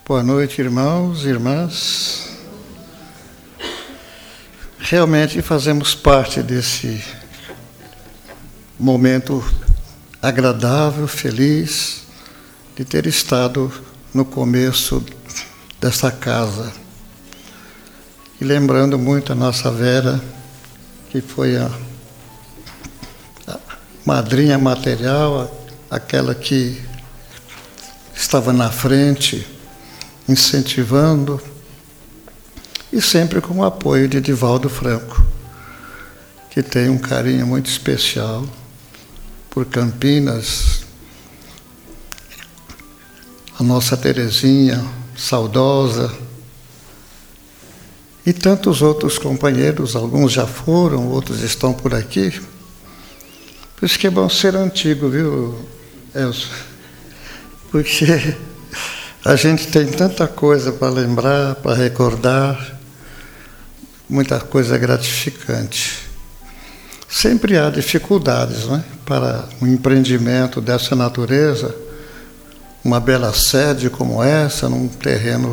Boa noite, irmãos e irmãs. Realmente fazemos parte desse momento agradável, feliz, de ter estado no começo desta casa. E lembrando muito a nossa Vera, que foi a madrinha material, aquela que estava na frente, incentivando, e sempre com o apoio de Divaldo Franco, que tem um carinho muito especial por Campinas, a nossa Terezinha, saudosa, e tantos outros companheiros, alguns já foram, outros estão por aqui. Por isso que é bom ser antigo, viu, Elcio? Porque a gente tem tanta coisa para lembrar, para recordar, muita coisa gratificante. Sempre há dificuldades, né, para um empreendimento dessa natureza, uma bela sede como essa, num terreno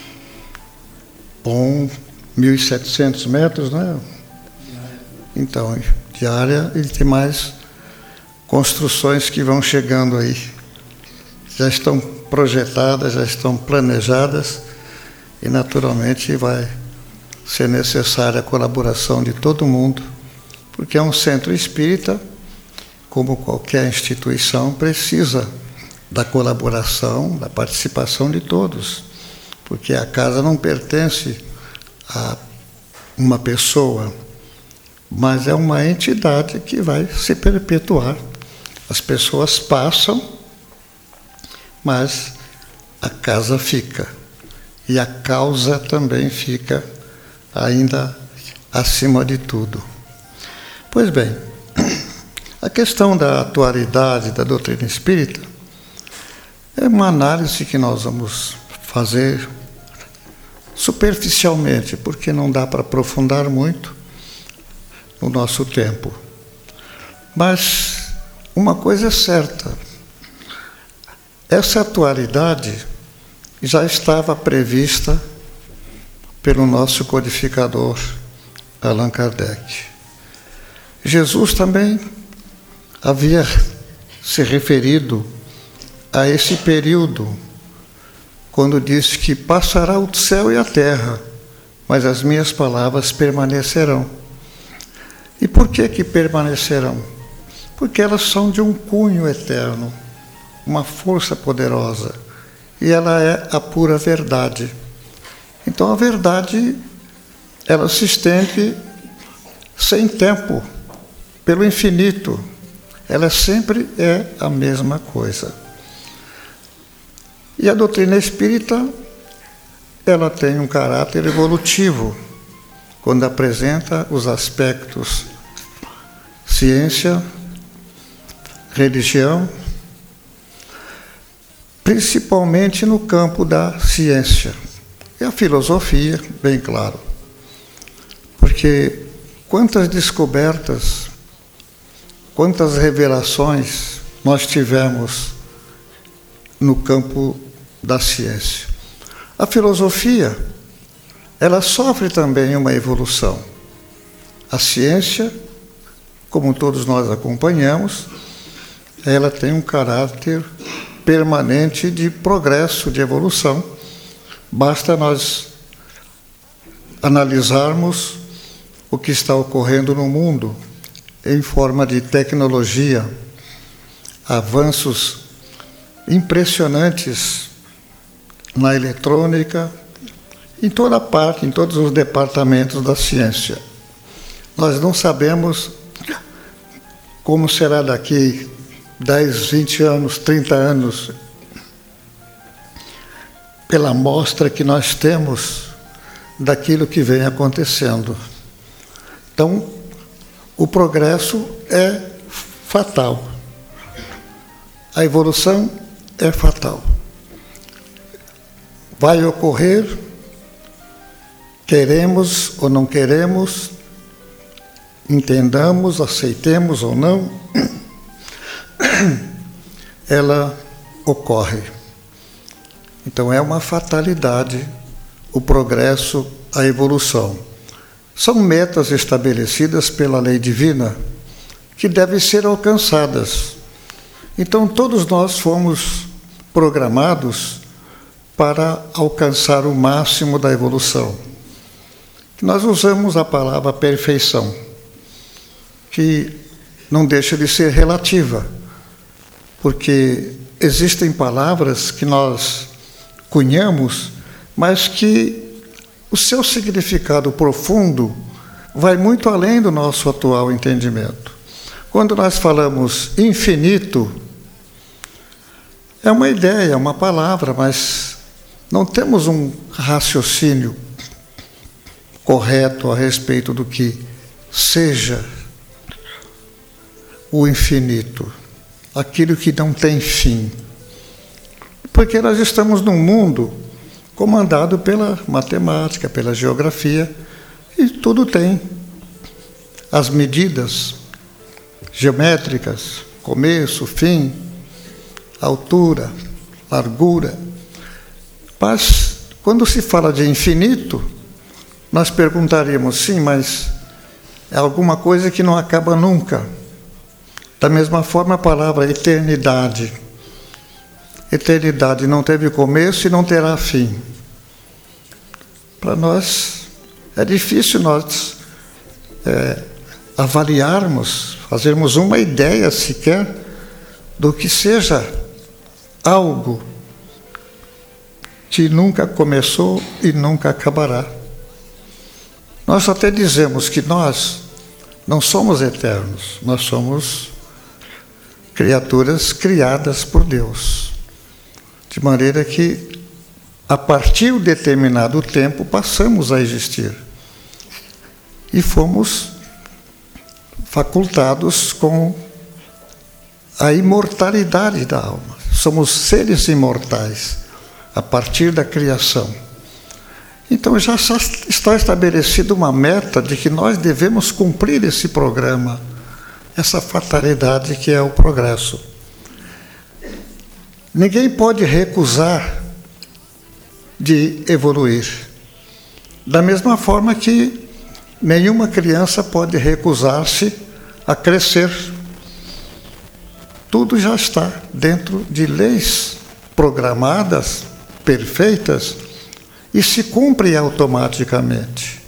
bom, 1.700 metros, né? Então, de área, e tem mais construções que vão chegando aí. Já estão projetadas, já estão planejadas e, naturalmente, vai ser necessária a colaboração de todo mundo, porque é um centro espírita, como qualquer instituição, precisa da colaboração, da participação de todos, porque a casa não pertence a uma pessoa, mas é uma entidade que vai se perpetuar. As pessoas passam, mas a casa fica. E a causa também fica ainda acima de tudo. Pois bem, a questão da atualidade da doutrina espírita é uma análise que nós vamos fazer superficialmente, porque não dá para aprofundar muito no nosso tempo. Mas uma coisa é certa, essa atualidade já estava prevista pelo nosso codificador Allan Kardec. Jesus também havia se referido a esse período, quando disse que passará o céu e a terra, mas as minhas palavras permanecerão. E por que permanecerão? Porque elas são de um cunho eterno, uma força poderosa, e ela é a pura verdade. Então a verdade, ela se estende sem tempo, pelo infinito. Ela sempre é a mesma coisa. E a doutrina espírita, ela tem um caráter evolutivo, quando apresenta os aspectos ciência, religião, principalmente no campo da ciência. E a filosofia, bem claro. Porque quantas descobertas, quantas revelações nós tivemos no campo da ciência. A filosofia, ela sofre também uma evolução. A ciência, como todos nós acompanhamos, ela tem um caráter permanente de progresso, de evolução. Basta nós analisarmos o que está ocorrendo no mundo em forma de tecnologia, avanços impressionantes na eletrônica, em toda parte, em todos os departamentos da ciência. Nós não sabemos como será daqui 10, 20 anos, 30 anos, pela amostra que nós temos daquilo que vem acontecendo. Então, o progresso é fatal. A evolução é fatal. Vai ocorrer, queremos ou não queremos, entendamos, aceitemos ou não, ela ocorre. Então é uma fatalidade o progresso, a evolução. São metas estabelecidas pela lei divina que devem ser alcançadas. Então todos nós fomos programados para alcançar o máximo da evolução. Nós usamos a palavra perfeição, que não deixa de ser relativa, porque existem palavras que nós cunhamos, mas que o seu significado profundo vai muito além do nosso atual entendimento. Quando nós falamos infinito, é uma ideia, uma palavra, mas não temos um raciocínio correto a respeito do que seja o infinito, aquilo que não tem fim. Porque nós estamos num mundo comandado pela matemática, pela geografia, e tudo tem as medidas geométricas, começo, fim, altura, largura. Mas, quando se fala de infinito, nós perguntaríamos, sim, mas é alguma coisa que não acaba nunca. Da mesma forma, a palavra eternidade. Eternidade não teve começo e não terá fim. Para nós, é difícil nós avaliarmos, fazermos uma ideia sequer do que seja algo que nunca começou e nunca acabará. Nós até dizemos que nós não somos eternos, nós somos criaturas criadas por Deus. De maneira que, a partir de determinado tempo, passamos a existir. E fomos facultados com a imortalidade da alma. Somos seres imortais, a partir da criação. Então já está estabelecida uma meta de que nós devemos cumprir esse programa, essa fatalidade que é o progresso. Ninguém pode recusar de evoluir. Da mesma forma que nenhuma criança pode recusar-se a crescer. Tudo já está dentro de leis programadas, perfeitas, e se cumpre automaticamente.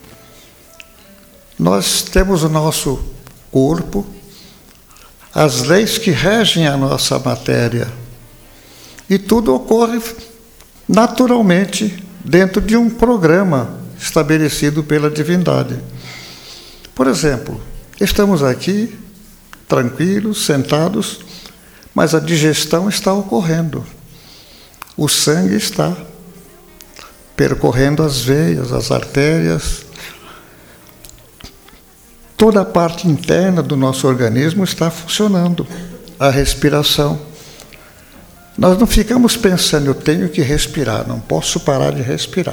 Nós temos o nosso corpo, as leis que regem a nossa matéria, e tudo ocorre naturalmente dentro de um programa estabelecido pela divindade. Por exemplo, estamos aqui tranquilos, sentados, mas a digestão está ocorrendo. O sangue está percorrendo as veias, as artérias. Toda a parte interna do nosso organismo está funcionando. A respiração. Nós não ficamos pensando, eu tenho que respirar, não posso parar de respirar.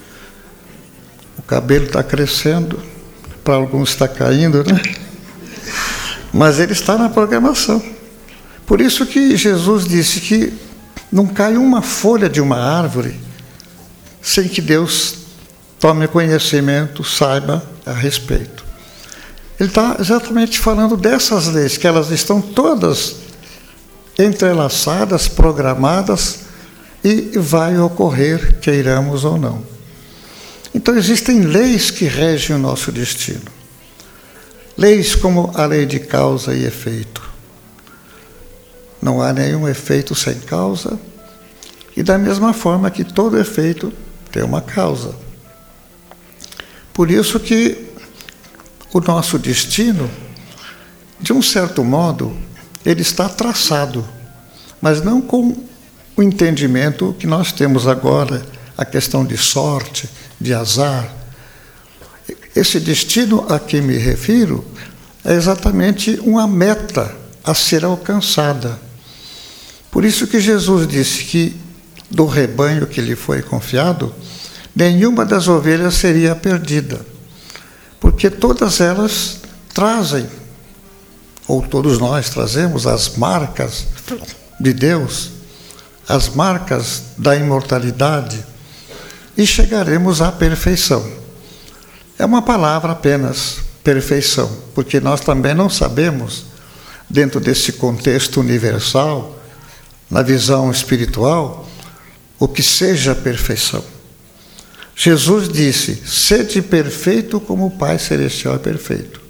O cabelo está crescendo, para alguns está caindo, né? Mas ele está na programação. Por isso que Jesus disse que não cai uma folha de uma árvore sem que Deus tome conhecimento, saiba a respeito. Ele está exatamente falando dessas leis, que elas estão todas entrelaçadas, programadas, e vai ocorrer, queiramos ou não. Então existem leis que regem o nosso destino. Leis como a lei de causa e efeito. Não há nenhum efeito sem causa, e da mesma forma que todo efeito tem uma causa. Por isso que o nosso destino, de um certo modo, ele está traçado, mas não com o entendimento que nós temos agora, a questão de sorte, de azar. Esse destino a que me refiro é exatamente uma meta a ser alcançada. Por isso que Jesus disse que do rebanho que lhe foi confiado, nenhuma das ovelhas seria perdida, porque todas elas trazem, ou todos nós trazemos, as marcas de Deus, as marcas da imortalidade e chegaremos à perfeição. É uma palavra apenas, perfeição, porque nós também não sabemos, dentro desse contexto universal, na visão espiritual, o que seja perfeição. Jesus disse: sede perfeito como o Pai Celestial é perfeito.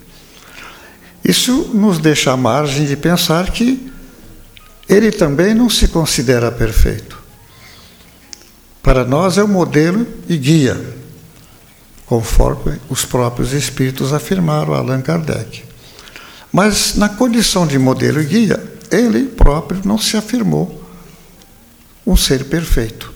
Isso nos deixa à margem de pensar que ele também não se considera perfeito. Para nós é o modelo e guia, conforme os próprios Espíritos afirmaram, Allan Kardec. Mas na condição de modelo e guia, ele próprio não se afirmou um ser perfeito.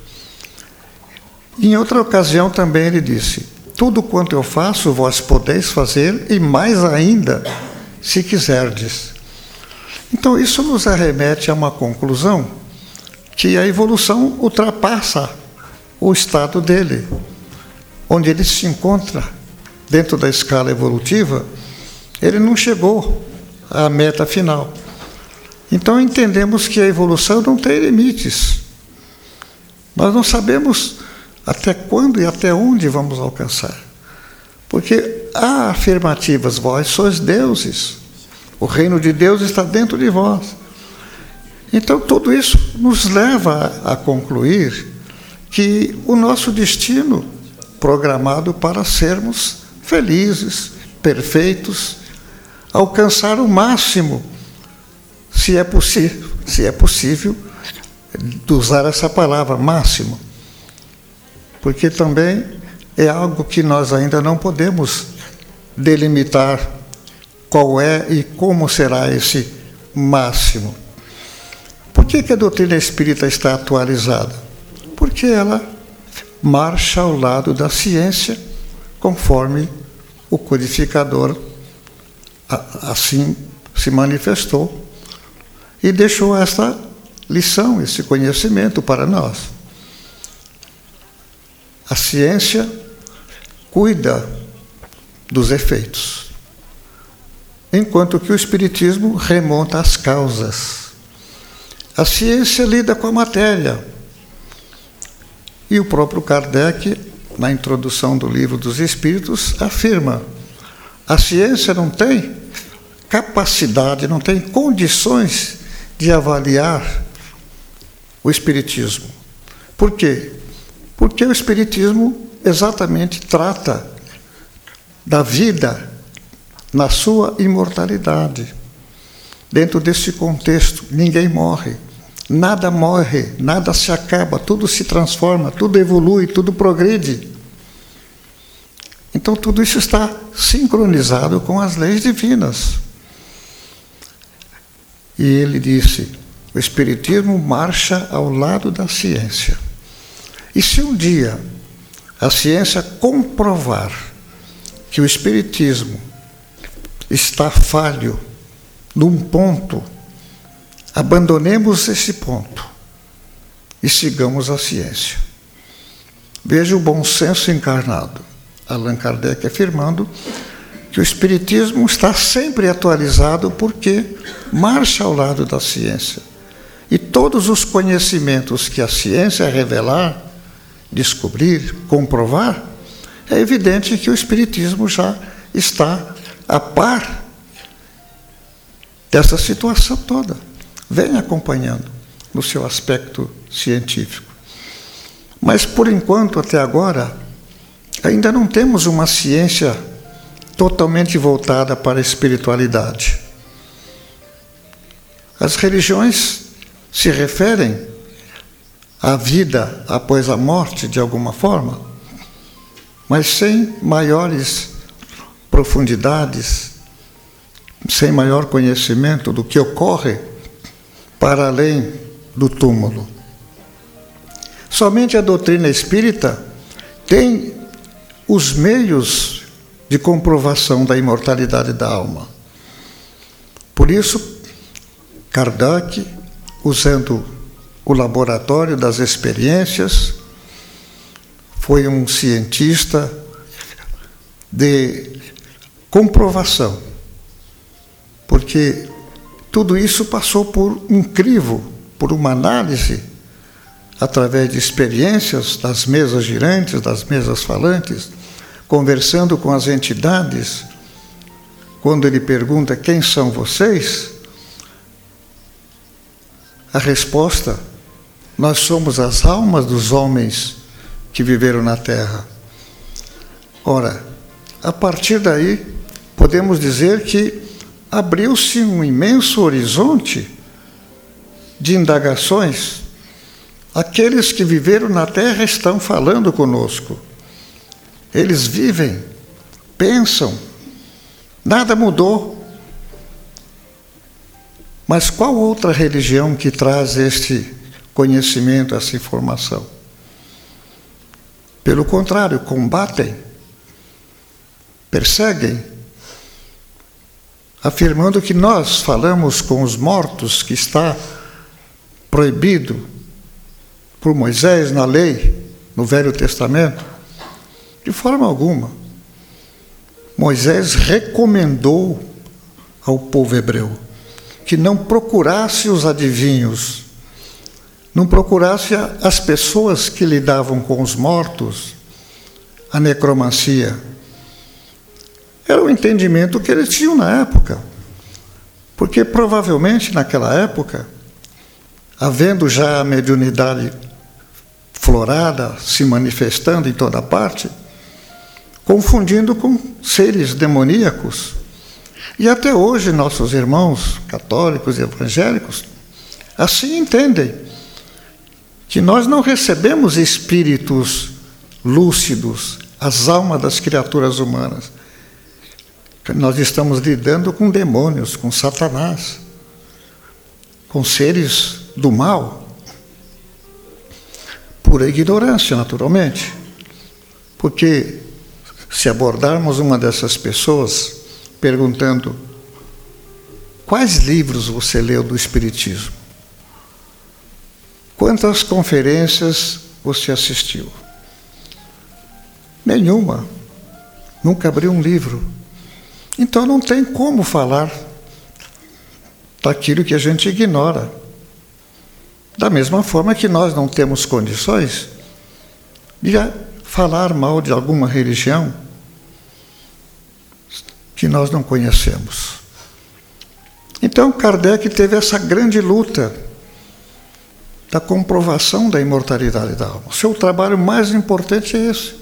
Em outra ocasião também ele disse: tudo quanto eu faço, vós podeis fazer, e mais ainda, se quiserdes. Então isso nos arremete a uma conclusão que a evolução ultrapassa o estado dele, onde ele se encontra dentro da escala evolutiva. Ele não chegou à meta final. Então entendemos que a evolução não tem limites. Nós não sabemos até quando e até onde vamos alcançar. Porque há afirmativas: vós sois deuses, o reino de Deus está dentro de vós. Então tudo isso nos leva a concluir que o nosso destino, programado para sermos felizes, perfeitos, alcançar o máximo, se é possível usar essa palavra, máximo, porque também é algo que nós ainda não podemos delimitar qual é e como será esse máximo. Por que a doutrina espírita está atualizada? Porque ela marcha ao lado da ciência, conforme o codificador assim se manifestou e deixou esta lição, esse conhecimento para nós. A ciência cuida dos efeitos, enquanto que o espiritismo remonta às causas. A ciência lida com a matéria. E o próprio Kardec, na introdução do Livro dos Espíritos, afirma: a ciência não tem capacidade, não tem condições de avaliar o espiritismo. Por quê? Porque o espiritismo exatamente trata da vida na sua imortalidade. Dentro desse contexto, ninguém morre. Nada morre, nada se acaba, tudo se transforma, tudo evolui, tudo progride. Então tudo isso está sincronizado com as leis divinas. E ele disse: o espiritismo marcha ao lado da ciência. E se um dia a ciência comprovar que o espiritismo está falho num ponto, abandonemos esse ponto e sigamos a ciência. Veja o bom senso encarnado. Allan Kardec afirmando que o espiritismo está sempre atualizado porque marcha ao lado da ciência. E todos os conhecimentos que a ciência revelar, descobrir, comprovar, é evidente que o espiritismo já está a par dessa situação toda. Vem acompanhando no seu aspecto científico. Mas, por enquanto, até agora, ainda não temos uma ciência totalmente voltada para a espiritualidade. As religiões se referem à vida após a morte, de alguma forma, mas sem maiores profundidades, sem maior conhecimento do que ocorre para além do túmulo. Somente a doutrina espírita tem os meios de comprovação da imortalidade da alma. Por isso, Kardec, usando o laboratório das experiências, foi um cientista de comprovação, porque tudo isso passou por um crivo, por uma análise através de experiências das mesas girantes, das mesas falantes, conversando com as entidades, quando ele pergunta quem são vocês, a resposta: nós somos as almas dos homens que viveram na Terra. Ora, a partir daí, podemos dizer que abriu-se um imenso horizonte de indagações. Aqueles que viveram na Terra estão falando conosco. Eles vivem, pensam, nada mudou. Mas qual outra religião que traz este conhecimento, essa informação? Pelo contrário, combatem, perseguem, afirmando que nós falamos com os mortos, que está proibido por Moisés na lei, no Velho Testamento. De forma alguma. Moisés recomendou ao povo hebreu que não procurasse os adivinhos, não procurasse as pessoas que lidavam com os mortos, a necromancia. Era o entendimento que eles tinham na época, porque provavelmente naquela época, havendo já a mediunidade florada, se manifestando em toda parte, confundindo com seres demoníacos. E até hoje nossos irmãos católicos e evangélicos assim entendem, que nós não recebemos espíritos lúcidos, as almas das criaturas humanas. Nós estamos lidando com demônios, com Satanás, com seres do mal, por ignorância, naturalmente. Porque se abordarmos uma dessas pessoas perguntando: quais livros você leu do Espiritismo? Quantas conferências você assistiu? Nenhuma. Nunca abriu um livro. Então não tem como falar daquilo que a gente ignora. Da mesma forma que nós não temos condições de falar mal de alguma religião que nós não conhecemos. Então Kardec teve essa grande luta da comprovação da imortalidade da alma. O seu trabalho mais importante é esse.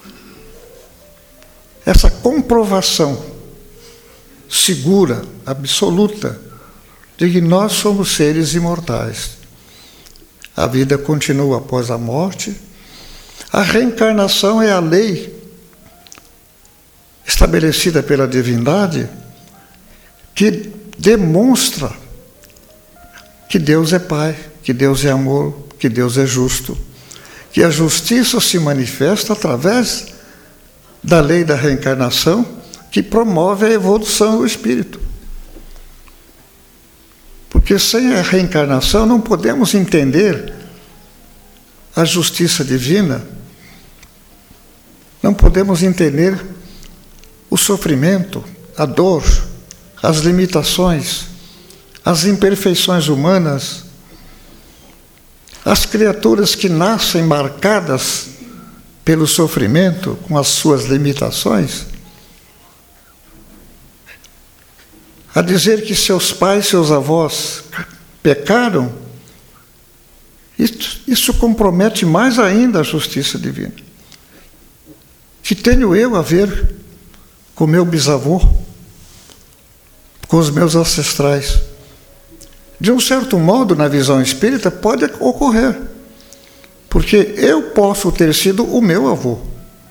Essa comprovação segura, absoluta, de que nós somos seres imortais. A vida continua após a morte. A reencarnação é a lei estabelecida pela divindade que demonstra que Deus é Pai, que Deus é amor, que Deus é justo, que a justiça se manifesta através da lei da reencarnação, que promove a evolução do espírito. Porque sem a reencarnação não podemos entender a justiça divina, não podemos entender o sofrimento, a dor, as limitações, as imperfeições humanas, as criaturas que nascem marcadas pelo sofrimento, com as suas limitações. A dizer que seus pais, seus avós pecaram, isso compromete mais ainda a justiça divina. Que tenho eu a ver com meu bisavô, com os meus ancestrais? De um certo modo, na visão espírita, pode ocorrer, porque eu posso ter sido o meu avô.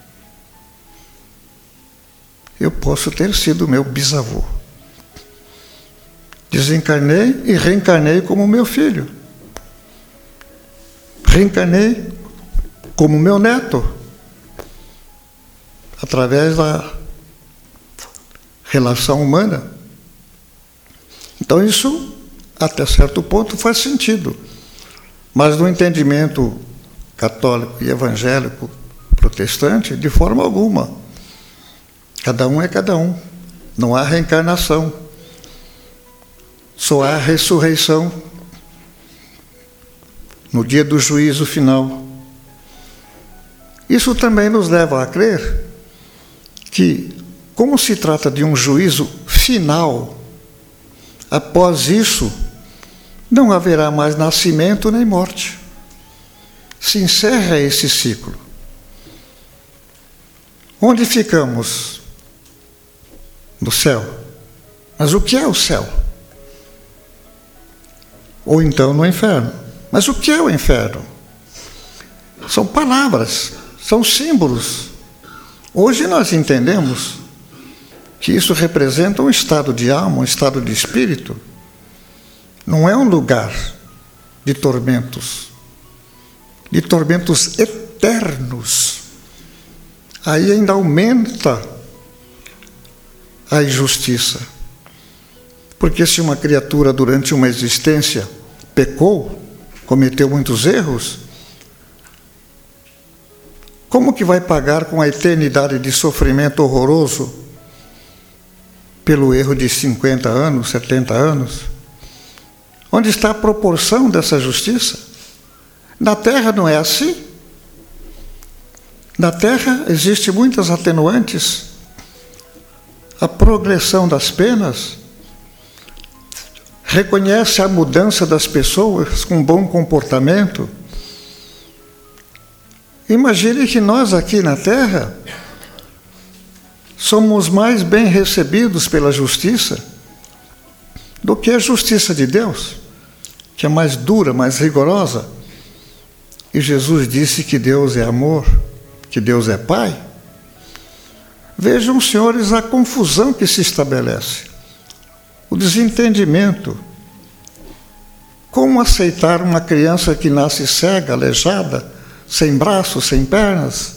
Eu posso ter sido o meu bisavô. Desencarnei e reencarnei como meu filho. Reencarnei como meu neto, através da relação humana. Então isso, até certo ponto, faz sentido. Mas no entendimento católico e evangélico protestante, de forma alguma. Cada um é cada um. Não há reencarnação. Só há ressurreição no dia do juízo final. Isso também nos leva a crer que, como se trata de um juízo final, após isso, não haverá mais nascimento nem morte. Se encerra esse ciclo. Onde ficamos? No céu. Mas o que é o céu? Ou então no inferno. Mas o que é o inferno? São palavras, são símbolos. Hoje nós entendemos que isso representa um estado de alma, um estado de espírito. Não é um lugar de tormentos eternos. Aí ainda aumenta a injustiça. Porque se uma criatura durante uma existência pecou, cometeu muitos erros, como que vai pagar com a eternidade de sofrimento horroroso pelo erro de 50 anos, 70 anos? Onde está a proporção dessa justiça? Na Terra não é assim. Na Terra existem muitas atenuantes. A progressão das penas reconhece a mudança das pessoas com bom comportamento. Imagine que nós aqui na Terra somos mais bem recebidos pela justiça do que a justiça de Deus, que é mais dura, mais rigorosa. E Jesus disse que Deus é amor, que Deus é Pai. Vejam, senhores, a confusão que se estabelece, o desentendimento. Como aceitar uma criança que nasce cega, aleijada, sem braços, sem pernas?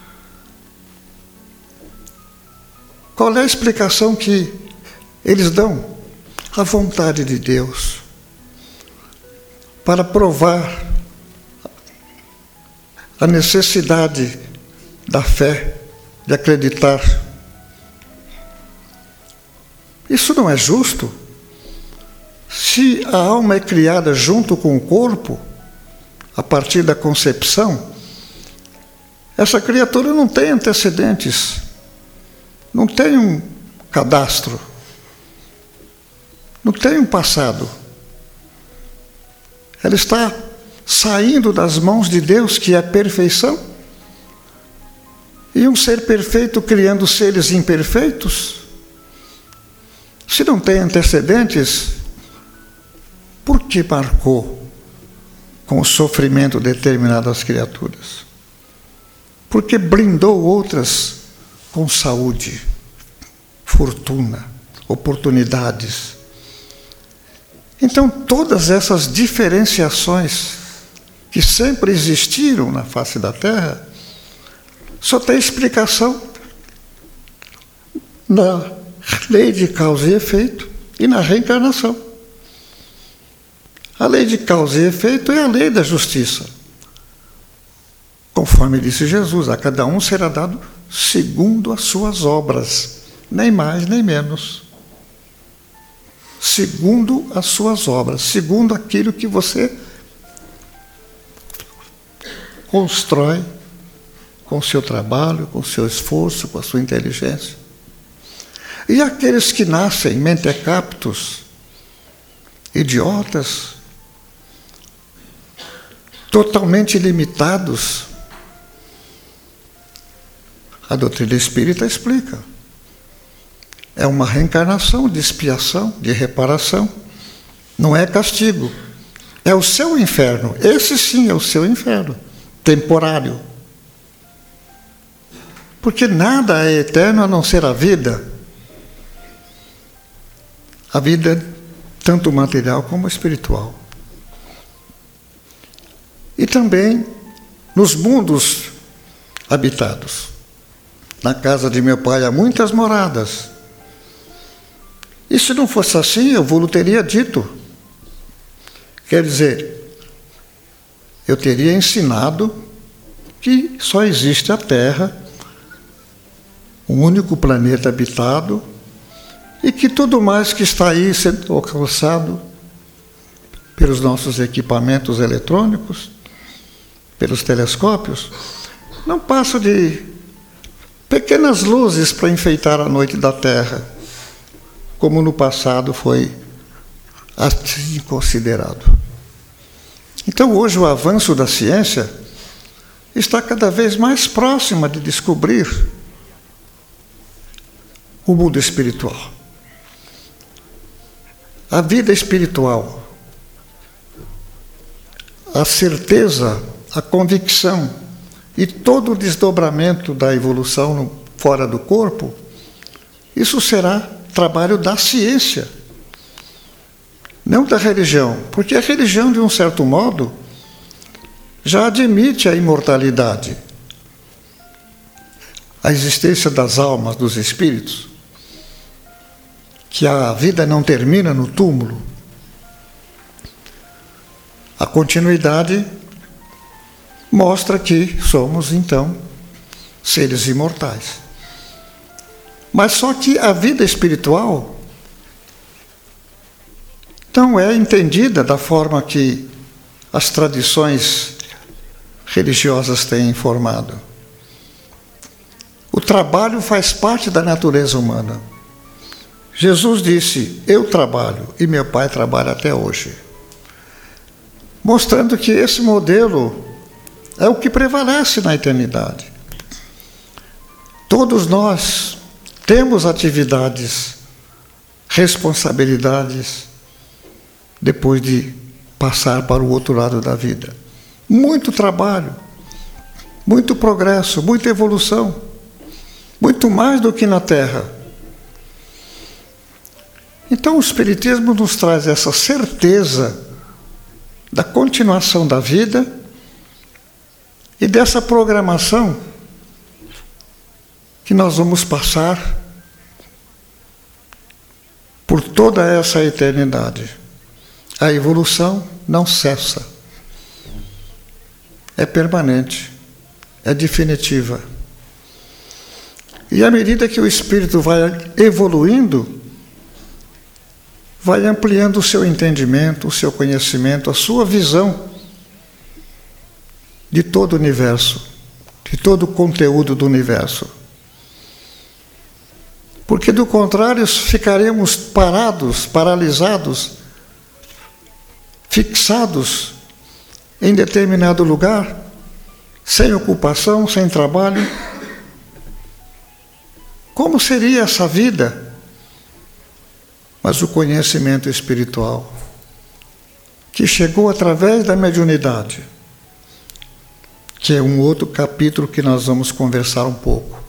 Qual é a explicação que eles dão? A vontade de Deus, para provar a necessidade da fé, de acreditar. Isso não é justo. Se a alma é criada junto com o corpo, a partir da concepção, essa criatura não tem antecedentes, não tem um cadastro, não tem um passado. Ela está saindo das mãos de Deus, que é a perfeição, e um ser perfeito criando seres imperfeitos. Se não tem antecedentes, por que marcou com o sofrimento determinadas criaturas? Por que blindou outras com saúde, fortuna, oportunidades? Então, todas essas diferenciações que sempre existiram na face da Terra, só tem explicação na lei de causa e efeito e na reencarnação. A lei de causa e efeito é a lei da justiça. Conforme disse Jesus, a cada um será dado segundo as suas obras, nem mais nem menos. Segundo as suas obras, segundo aquilo que você constrói com o seu trabalho, com o seu esforço, com a sua inteligência. E aqueles que nascem mentecaptos, idiotas, totalmente limitados, a doutrina espírita explica. É uma reencarnação de expiação, de reparação. Não é castigo. É o seu inferno. Esse sim é o seu inferno. Temporário. Porque nada é eterno a não ser a vida. A vida, tanto material como espiritual. E também nos mundos habitados. Na casa de meu pai há muitas moradas. E se não fosse assim, eu vou teria dito. Quer dizer, eu teria ensinado que só existe a Terra, um único planeta habitado, e que tudo mais que está aí sendo alcançado pelos nossos equipamentos eletrônicos, pelos telescópios, não passam de pequenas luzes para enfeitar a noite da Terra, como no passado foi assim considerado. Então, hoje, o avanço da ciência está cada vez mais próxima de descobrir o mundo espiritual. A vida espiritual, a certeza, a convicção e todo o desdobramento da evolução fora do corpo, isso será trabalho da ciência, não da religião, porque a religião, de um certo modo, já admite a imortalidade, a existência das almas, dos espíritos, que a vida não termina no túmulo. A continuidade mostra que somos, então, seres imortais. Mas só que a vida espiritual não é entendida da forma que as tradições religiosas têm informado. O trabalho faz parte da natureza humana. Jesus disse: eu trabalho e meu Pai trabalha até hoje. Mostrando que esse modelo é o que prevalece na eternidade. Todos nós temos atividades, responsabilidades, depois de passar para o outro lado da vida. Muito trabalho, muito progresso, muita evolução, muito mais do que na Terra. Então, o Espiritismo nos traz essa certeza da continuação da vida e dessa programação que nós vamos passar por toda essa eternidade. A evolução não cessa. É permanente, é definitiva. E à medida que o espírito vai evoluindo, vai ampliando o seu entendimento, o seu conhecimento, a sua visão de todo o universo, de todo o conteúdo do universo. Porque, do contrário, ficaremos parados, paralisados, fixados em determinado lugar, sem ocupação, sem trabalho. Como seria essa vida? Mas o conhecimento espiritual, que chegou através da mediunidade, que é um outro capítulo que nós vamos conversar um pouco.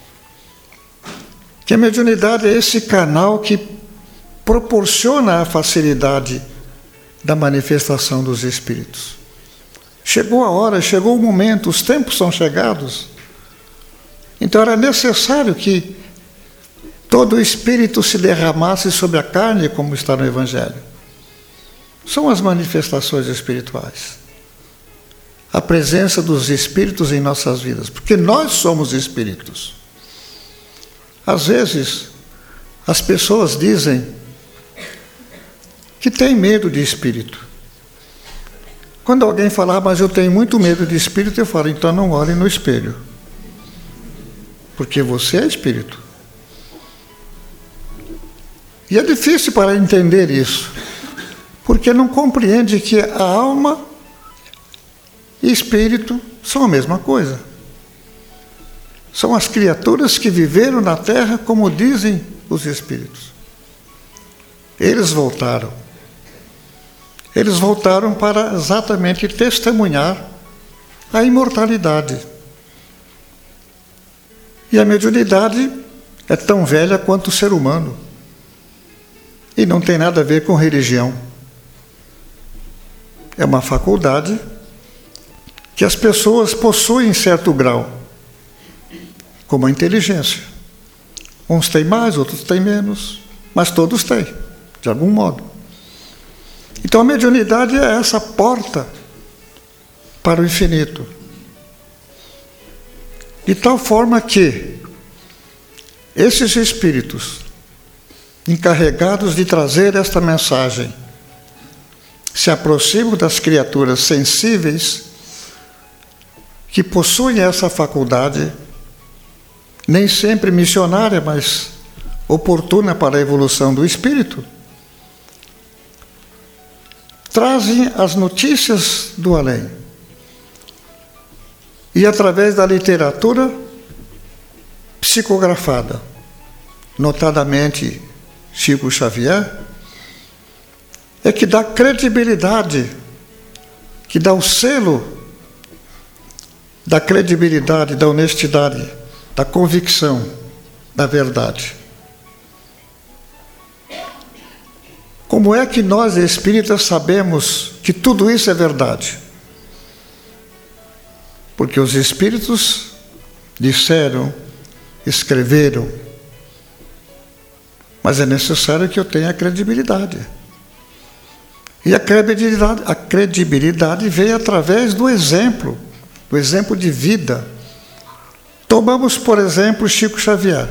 Que a mediunidade é esse canal que proporciona a facilidade da manifestação dos espíritos. Chegou a hora, chegou o momento, os tempos são chegados. Então era necessário que todo o espírito se derramasse sobre a carne, como está no Evangelho. São as manifestações espirituais. A presença dos espíritos em nossas vidas, porque nós somos espíritos. Às vezes, as pessoas dizem que têm medo de espírito. Quando alguém falar, mas eu tenho muito medo de espírito, eu falo, então não olhe no espelho. Porque você é espírito. E é difícil para entender isso, porque não compreende que a alma e espírito são a mesma coisa. São as criaturas que viveram na Terra, como dizem os espíritos. Eles voltaram. Eles voltaram para exatamente testemunhar a imortalidade. E a mediunidade é tão velha quanto o ser humano. E não tem nada a ver com religião. É uma faculdade que as pessoas possuem em certo grau, como a inteligência. Uns têm mais, outros têm menos, mas todos têm, de algum modo. Então a mediunidade é essa porta para o infinito. De tal forma que esses espíritos encarregados de trazer esta mensagem se aproximam das criaturas sensíveis que possuem essa faculdade, nem sempre missionária, mas oportuna para a evolução do espírito, trazem as notícias do além. E através da literatura psicografada, notadamente Chico Xavier, é que dá credibilidade, que dá o selo da credibilidade, da honestidade, da convicção, da verdade. Como é que nós, espíritas, sabemos que tudo isso é verdade? Porque os espíritos disseram, escreveram, mas é necessário que eu tenha credibilidade. E a credibilidade veio através do exemplo de vida. Tomamos, por exemplo, Chico Xavier.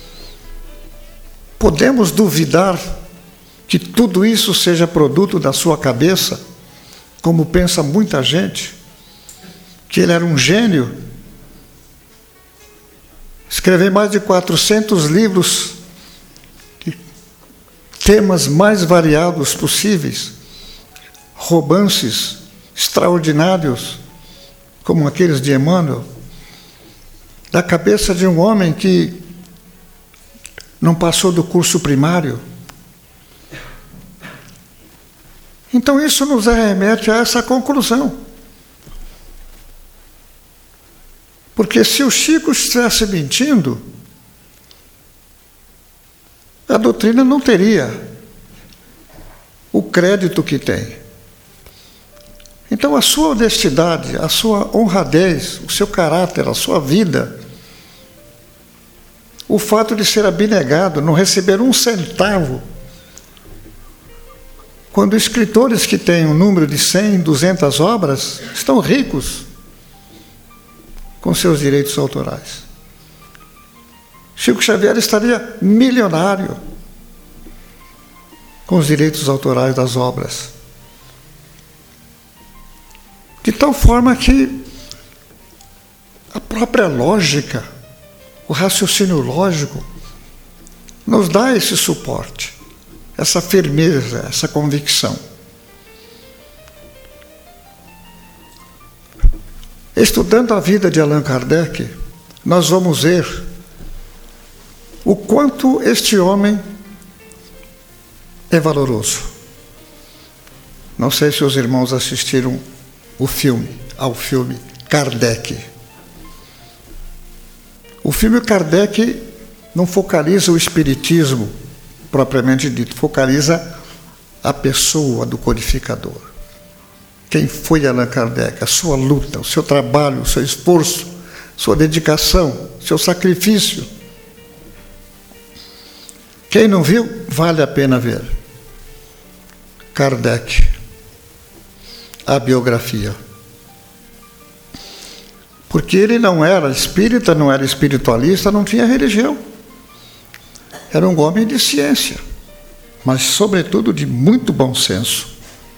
Podemos duvidar que tudo isso seja produto da sua cabeça, como pensa muita gente, que ele era um gênio? Escreveu mais de 400 livros, temas mais variados possíveis, romances extraordinários, como aqueles de Emmanuel, da cabeça de um homem que não passou do curso primário. Então isso nos remete a essa conclusão. Porque se o Chico estivesse mentindo, a doutrina não teria o crédito que tem. Então a sua honestidade, a sua honradez, o seu caráter, a sua vida, o fato de ser abnegado, não receber um centavo, quando escritores que têm um número de 100, 200 obras estão ricos com seus direitos autorais. Chico Xavier estaria milionário com os direitos autorais das obras. De tal forma que a própria lógica, o raciocínio lógico, nos dá esse suporte, essa firmeza, essa convicção. Estudando a vida de Allan Kardec, nós vamos ver o quanto este homem é valoroso. Não sei se os irmãos assistiram ao filme Kardec. O filme Kardec não focaliza o espiritismo propriamente dito, focaliza a pessoa do codificador. Quem foi Allan Kardec, a sua luta, o seu trabalho, o seu esforço, sua dedicação, seu sacrifício. Quem não viu, vale a pena ver. Kardec, a biografia. Porque ele não era espírita, não era espiritualista, não tinha religião. Era um homem de ciência, mas, sobretudo, de muito bom senso.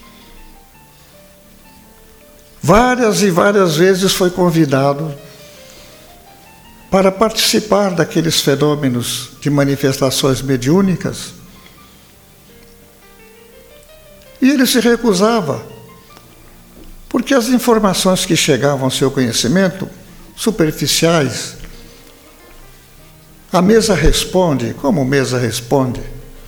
Várias e várias vezes foi convidado para participar daqueles fenômenos de manifestações mediúnicas. E ele se recusava, porque as informações que chegavam ao seu conhecimento, superficiais, a mesa responde. Como mesa responde?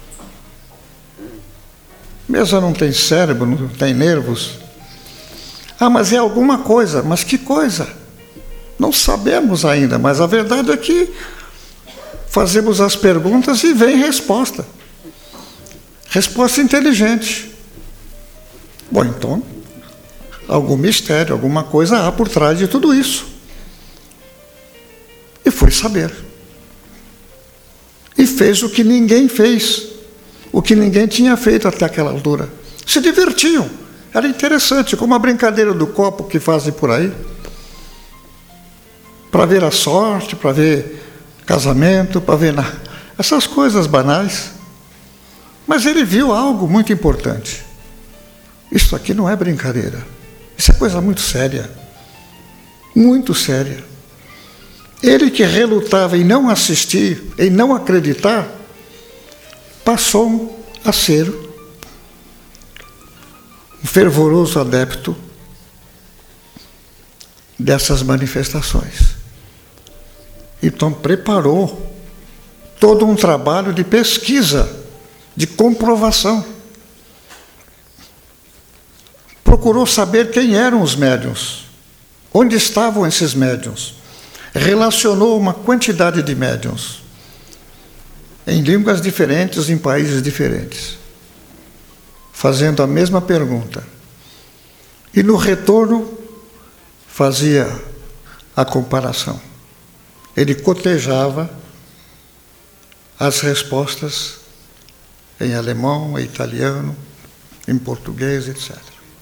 Mesa não tem cérebro, não tem nervos. Ah, mas é alguma coisa. Mas que coisa? Não sabemos ainda, mas a verdade é que fazemos as perguntas e vem resposta. Resposta inteligente. Bom, então, algum mistério, alguma coisa há por trás de tudo isso. E foi saber. E fez o que ninguém fez, o que ninguém tinha feito até aquela altura. Se divertiam. Era interessante, como a brincadeira do copo que fazem por aí, para ver a sorte, para ver casamento, para ver essas coisas banais. Mas ele viu algo muito importante. Isso aqui não é brincadeira. Isso é coisa muito séria. Muito séria. Ele que relutava em não assistir, em não acreditar, passou a ser um fervoroso adepto dessas manifestações. Então preparou todo um trabalho de pesquisa, de comprovação. Procurou saber quem eram os médiuns, onde estavam esses médiuns. Relacionou uma quantidade de médiuns, em línguas diferentes, em países diferentes, fazendo a mesma pergunta. E no retorno, fazia a comparação. Ele cotejava as respostas em alemão, em italiano, em português, etc.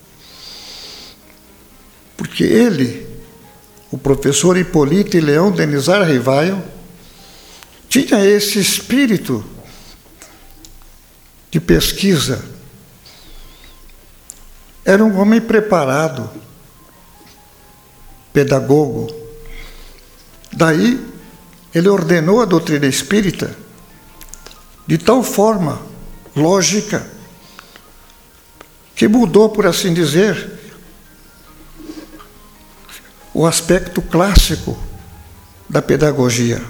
Porque ele, o professor Hipólito Leão Denizar Rivaio, tinha esse espírito de pesquisa. Era um homem preparado, pedagogo. Daí, ele ordenou a doutrina espírita de tal forma lógica que mudou, por assim dizer, o aspecto clássico da pedagogia.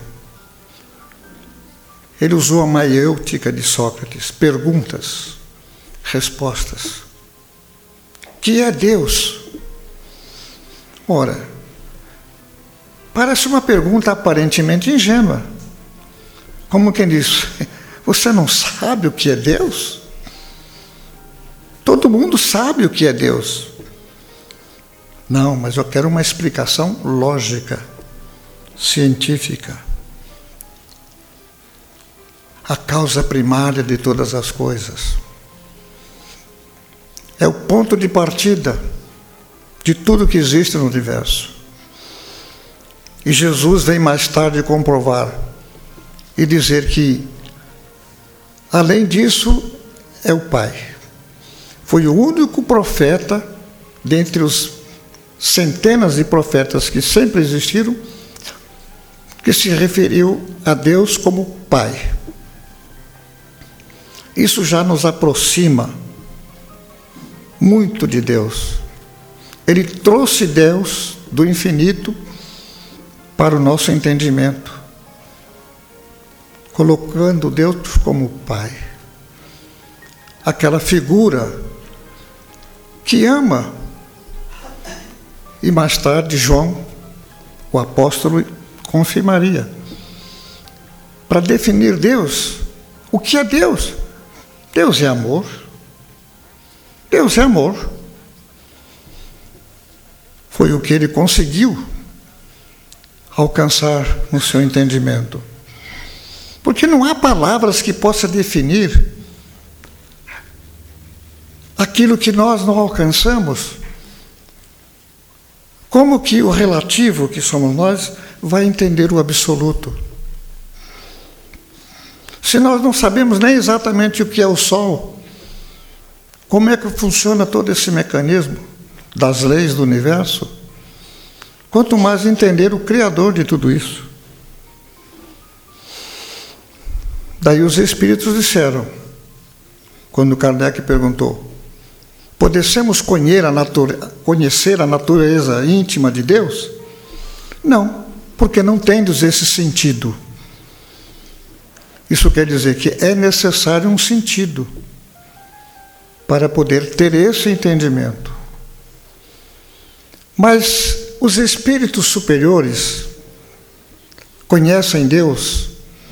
Ele usou a maiêutica de Sócrates, perguntas, respostas. Que é Deus? Ora, parece uma pergunta aparentemente ingênua. Como quem diz, você não sabe o que é Deus? Todo mundo sabe o que é Deus. Não, mas eu quero uma explicação lógica, científica. A causa primária de todas as coisas. É o ponto de partida de tudo que existe no universo. E Jesus vem mais tarde comprovar e dizer que, além disso, é o Pai. Foi o único profeta, dentre os centenas de profetas que sempre existiram, que se referiu a Deus como Pai. Isso já nos aproxima muito de Deus. Ele trouxe Deus do infinito para o nosso entendimento, colocando Deus como Pai. Aquela figura que ama. E mais tarde João, o apóstolo, confirmaria. Para definir Deus, o que é Deus? Deus é amor. Deus é amor. Foi o que ele conseguiu alcançar no seu entendimento. Porque não há palavras que possam definir aquilo que nós não alcançamos. Como que o relativo, que somos nós, vai entender o absoluto? Se nós não sabemos nem exatamente o que é o Sol, como é que funciona todo esse mecanismo das leis do universo? Quanto mais entender o Criador de tudo isso. Daí os espíritos disseram, quando Kardec perguntou, podemos conhecer a natureza íntima de Deus? Não, porque não tendes esse sentido. Isso quer dizer que é necessário um sentido para poder ter esse entendimento. Mas os espíritos superiores conhecem Deus?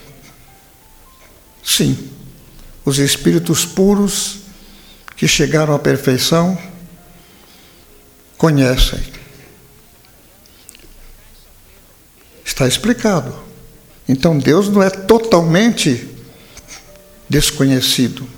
Sim. Os espíritos puros que chegaram à perfeição conhecem. Está explicado. Então Deus não é totalmente desconhecido.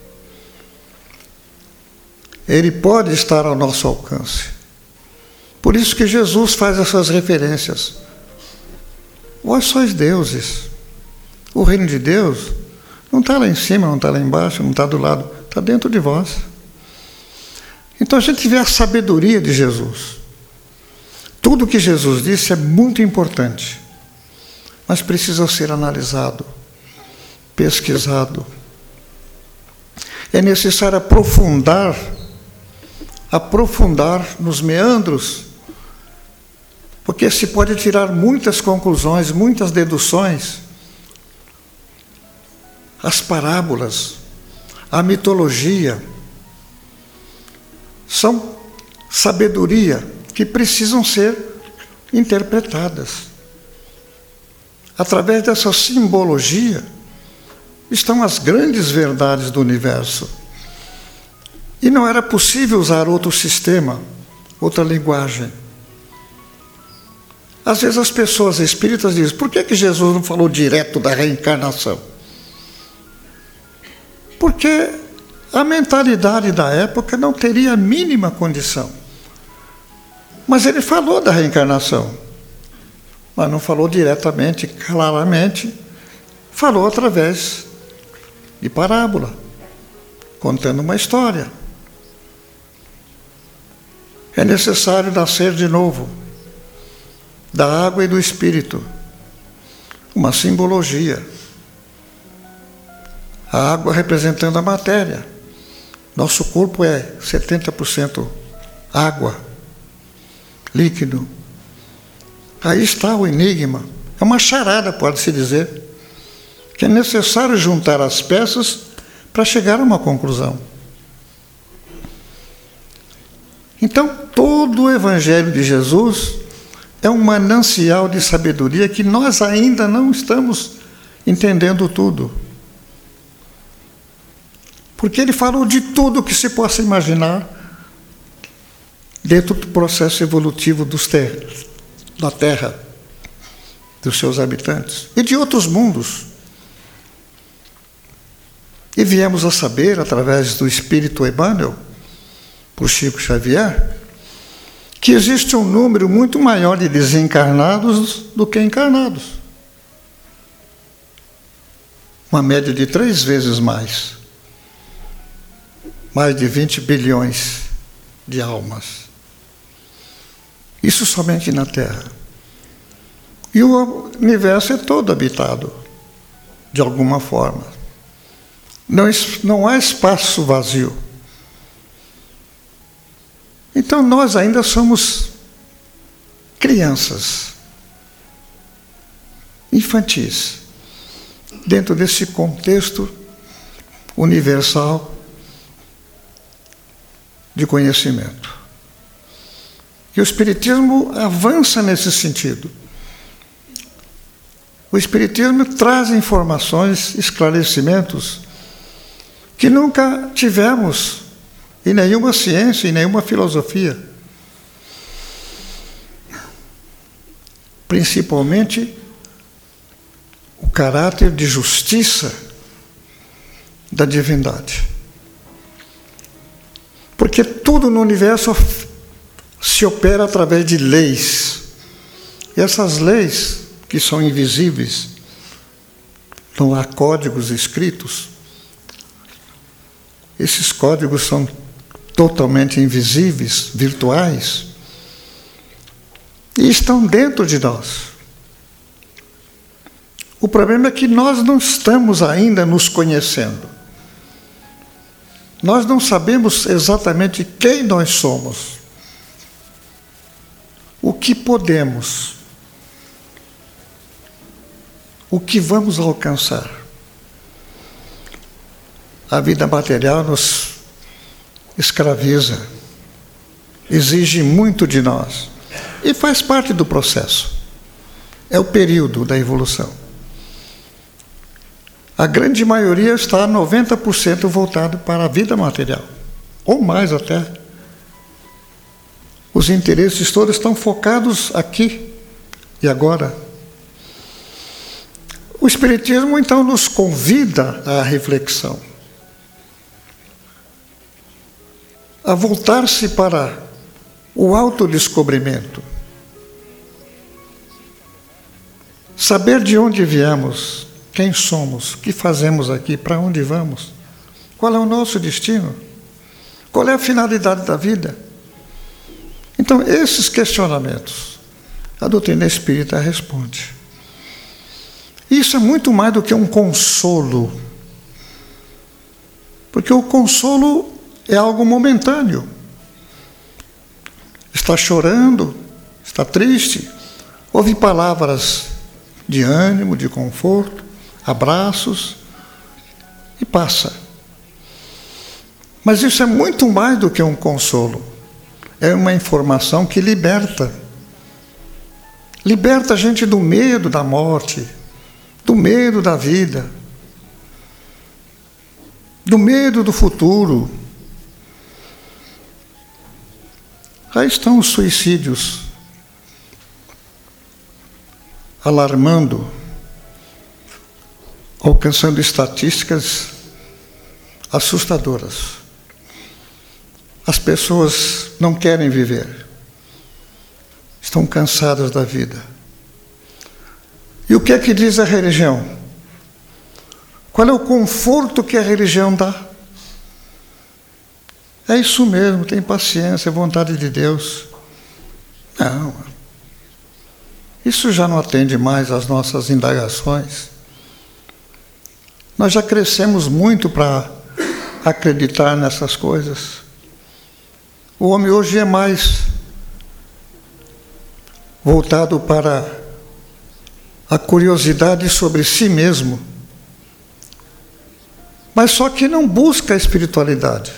Ele pode estar ao nosso alcance. Por isso que Jesus faz essas referências. Vós sois deuses. O reino de Deus não está lá em cima, não está lá embaixo, não está do lado, está dentro de vós. Então a gente vê a sabedoria de Jesus. Tudo que Jesus disse é muito importante, mas precisa ser analisado, pesquisado. É necessário aprofundar nos meandros, porque se pode tirar muitas conclusões, muitas deduções. As parábolas, a mitologia, são sabedoria que precisam ser interpretadas. Através dessa simbologia estão as grandes verdades do universo. E não era possível usar outro sistema, outra linguagem. Às vezes as pessoas espíritas dizem: por que Jesus não falou direto da reencarnação? Porque a mentalidade da época não teria a mínima condição. Mas ele falou da reencarnação, mas não falou diretamente, claramente. Falou através de parábola, contando uma história. É necessário nascer de novo, da água e do Espírito. Uma simbologia. A água representando a matéria. Nosso corpo é 70% água, líquido. Aí está o enigma. É uma charada, pode-se dizer, que é necessário juntar as peças para chegar a uma conclusão. Então, todo o Evangelho de Jesus é um manancial de sabedoria que nós ainda não estamos entendendo tudo. Porque ele falou de tudo que se possa imaginar dentro do processo evolutivo da Terra, dos seus habitantes e de outros mundos. E viemos a saber, através do Espírito Emmanuel, por Chico Xavier, que existe um número muito maior de desencarnados do que encarnados. Uma média de 3 vezes mais. Mais de 20 bilhões de almas. Isso somente na Terra. E o universo é todo habitado, de alguma forma. Não há espaço vazio. Então nós ainda somos crianças, infantis, dentro desse contexto universal de conhecimento. E o Espiritismo avança nesse sentido. O Espiritismo traz informações, esclarecimentos que nunca tivemos em nenhuma ciência, em nenhuma filosofia. Principalmente o caráter de justiça da divindade. Porque tudo no universo se opera através de leis. E essas leis, que são invisíveis, não há códigos escritos. Esses códigos são totalmente invisíveis, virtuais, e estão dentro de nós. O problema é que nós não estamos ainda nos conhecendo. Nós não sabemos exatamente quem nós somos, o que podemos, o que vamos alcançar. A vida material nos escraviza, exige muito de nós e faz parte do processo. É o período da evolução. A grande maioria está 90% voltado para a vida material, ou mais até. Os interesses todos estão focados aqui e agora. O Espiritismo, então, nos convida à reflexão, a voltar-se para o autodescobrimento, saber de onde viemos, quem somos, o que fazemos aqui, para onde vamos, qual é o nosso destino, Qual é a finalidade da vida? Então, esses questionamentos, a doutrina espírita responde. Isso é muito mais do que um consolo. Porque o consolo é algo momentâneo. Está chorando, está triste, ouve palavras de ânimo, de conforto, abraços e passa. Mas isso é muito mais do que um consolo. É uma informação que liberta. Liberta a gente do medo da morte, do medo da vida, do medo do futuro. Aí estão os suicídios alarmando, alcançando estatísticas assustadoras. As pessoas não querem viver, estão cansadas da vida. E o que é que diz a religião? Qual é o conforto que a religião dá? É isso mesmo, tem paciência, vontade de Deus. Não. Isso já não atende mais às nossas indagações. Nós já crescemos muito para acreditar nessas coisas. O homem hoje é mais voltado para a curiosidade sobre si mesmo, mas só que não busca a espiritualidade.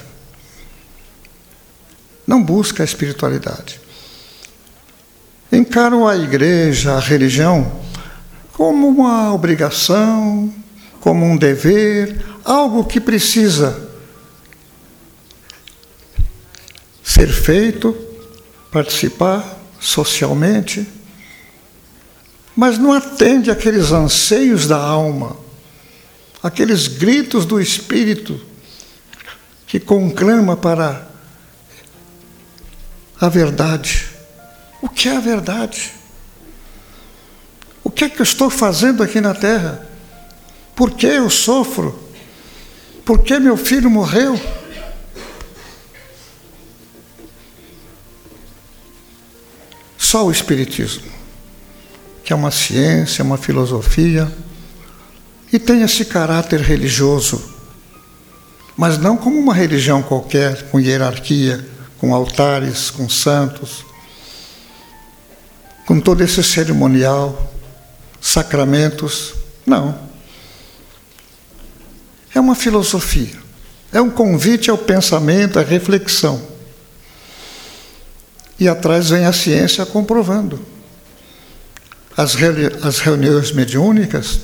Não busca a espiritualidade. Encaram a igreja, a religião, como uma obrigação, como um dever, algo que precisa ser feito, participar socialmente, mas não atende àqueles anseios da alma, aqueles gritos do espírito que conclama para a verdade. O que é a verdade? O que é que eu estou fazendo aqui na terra? Por que eu sofro? Por que meu filho morreu? Só o Espiritismo, que é uma ciência, uma filosofia, e tem esse caráter religioso, mas não como uma religião qualquer, com hierarquia, com altares, com santos, com todo esse cerimonial, sacramentos. Não. É uma filosofia, é um convite ao pensamento, à reflexão. E atrás vem a ciência comprovando. As reuniões mediúnicas.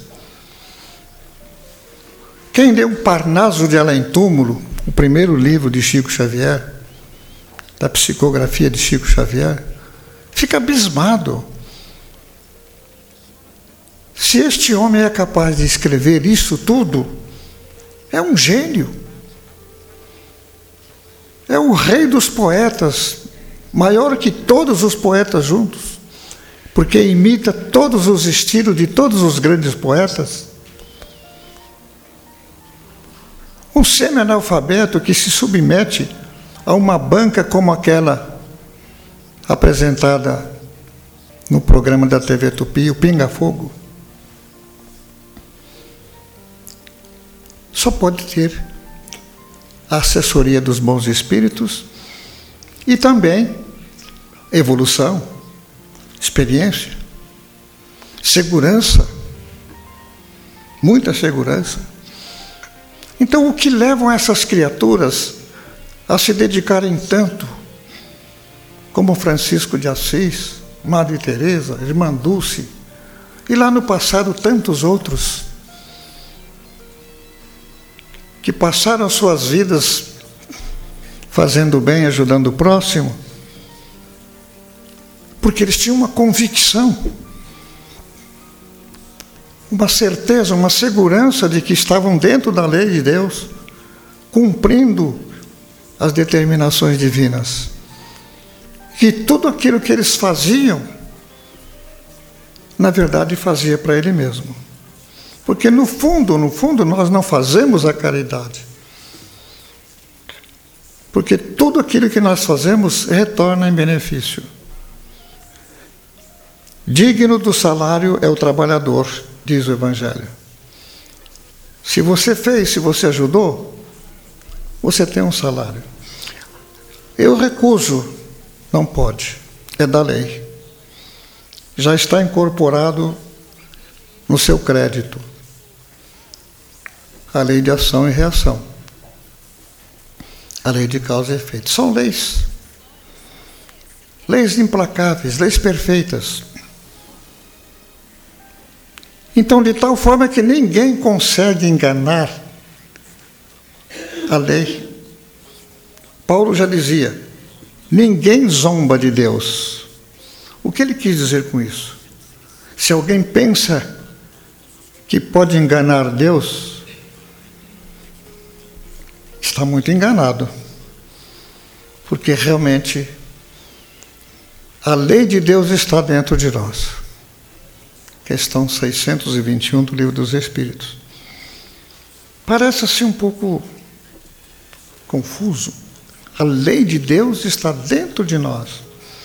Quem leu o Parnaso de Além-Túmulo, o primeiro livro de Chico Xavier, da psicografia de Chico Xavier, fica abismado. Se este homem é capaz de escrever isso tudo, é um gênio. É o rei dos poetas, maior que todos os poetas juntos, porque imita todos os estilos de todos os grandes poetas. Um semi-analfabeto que se submete a uma banca como aquela apresentada no programa da TV Tupi, o Pinga Fogo, só pode ter a assessoria dos bons espíritos e também evolução, experiência, segurança, muita segurança. Então, o que levam essas criaturas a se dedicarem tanto, como Francisco de Assis, Madre Teresa, Irmã Dulce, e lá no passado tantos outros, que passaram suas vidas fazendo bem, ajudando o próximo, porque eles tinham uma convicção, uma certeza, uma segurança de que estavam dentro da lei de Deus, cumprindo as determinações divinas. E tudo aquilo que eles faziam, na verdade, fazia para ele mesmo. Porque no fundo, nós não fazemos a caridade. Porque tudo aquilo que nós fazemos retorna em benefício. Digno do salário é o trabalhador, diz o Evangelho. Se você fez, se você ajudou, você tem um salário. Eu recuso, não pode, é da lei. Já está incorporado no seu crédito a lei de ação e reação, a lei de causa e efeito. São leis implacáveis, leis perfeitas. Então, de tal forma que ninguém consegue enganar a lei. Paulo já dizia, ninguém zomba de Deus. O que ele quis dizer com isso? Se alguém pensa que pode enganar Deus, está muito enganado. Porque realmente a lei de Deus está dentro de nós. Questão 621 do Livro dos Espíritos. Parece assim um pouco confuso. A lei de Deus está dentro de nós.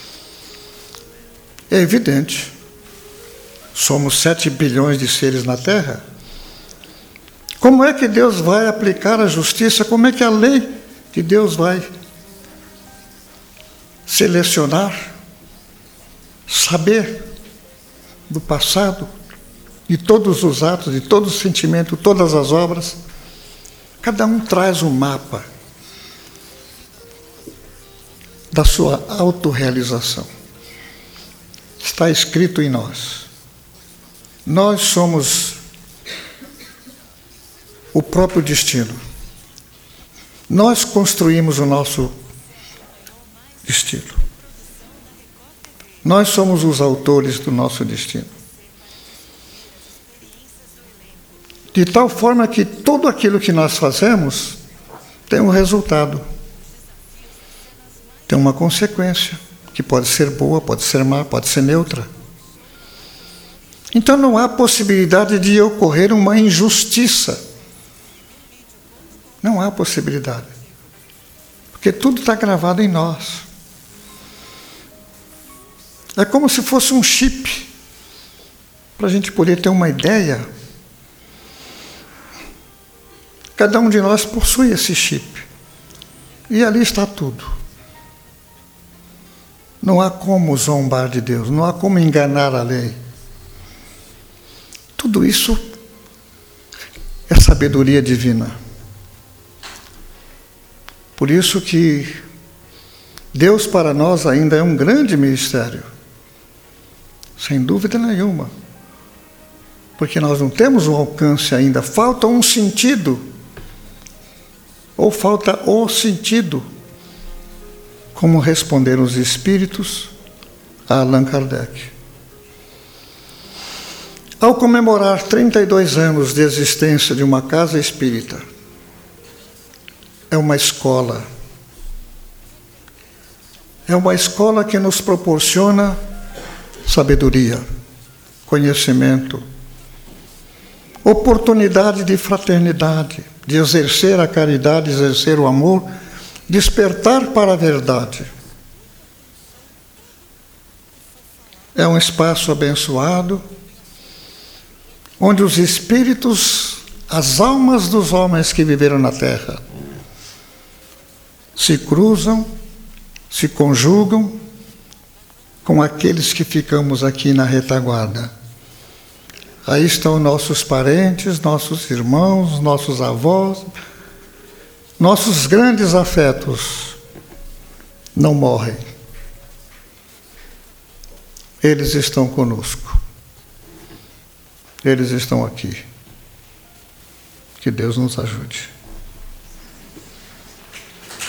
É evidente. Somos 7 bilhões de seres na Terra. Como é que Deus vai aplicar a justiça? Como é que a lei de Deus vai selecionar, saber do passado, de todos os atos, de todo o sentimento, todas as obras? Cada um traz um mapa da sua autorrealização. Está escrito em nós. Nós somos o próprio destino. Nós construímos o nosso destino. Nós somos os autores do nosso destino. De tal forma que tudo aquilo que nós fazemos tem um resultado. Tem uma consequência, que pode ser boa, pode ser má, pode ser neutra. Então não há possibilidade de ocorrer uma injustiça. Não há possibilidade. Porque tudo está gravado em nós. É como se fosse um chip, para a gente poder ter uma ideia. Cada um de nós possui esse chip. E ali está tudo. Não há como zombar de Deus, não há como enganar a lei. Tudo isso é sabedoria divina. Por isso que Deus para nós ainda é um grande mistério. Sem dúvida nenhuma. Porque nós não temos um alcance ainda. Falta um sentido. Ou falta o sentido. Como responderam os espíritos a Allan Kardec. Ao comemorar 32 anos de existência de uma casa espírita, é uma escola. É uma escola que nos proporciona sabedoria, conhecimento, oportunidade de fraternidade, de exercer a caridade, exercer o amor, despertar para a verdade. É um espaço abençoado, onde os espíritos, as almas dos homens que viveram na Terra, se cruzam, se conjugam com aqueles que ficamos aqui na retaguarda. Aí estão nossos parentes, nossos irmãos, nossos avós, nossos grandes afetos não morrem. Eles estão conosco. Eles estão aqui. Que Deus nos ajude.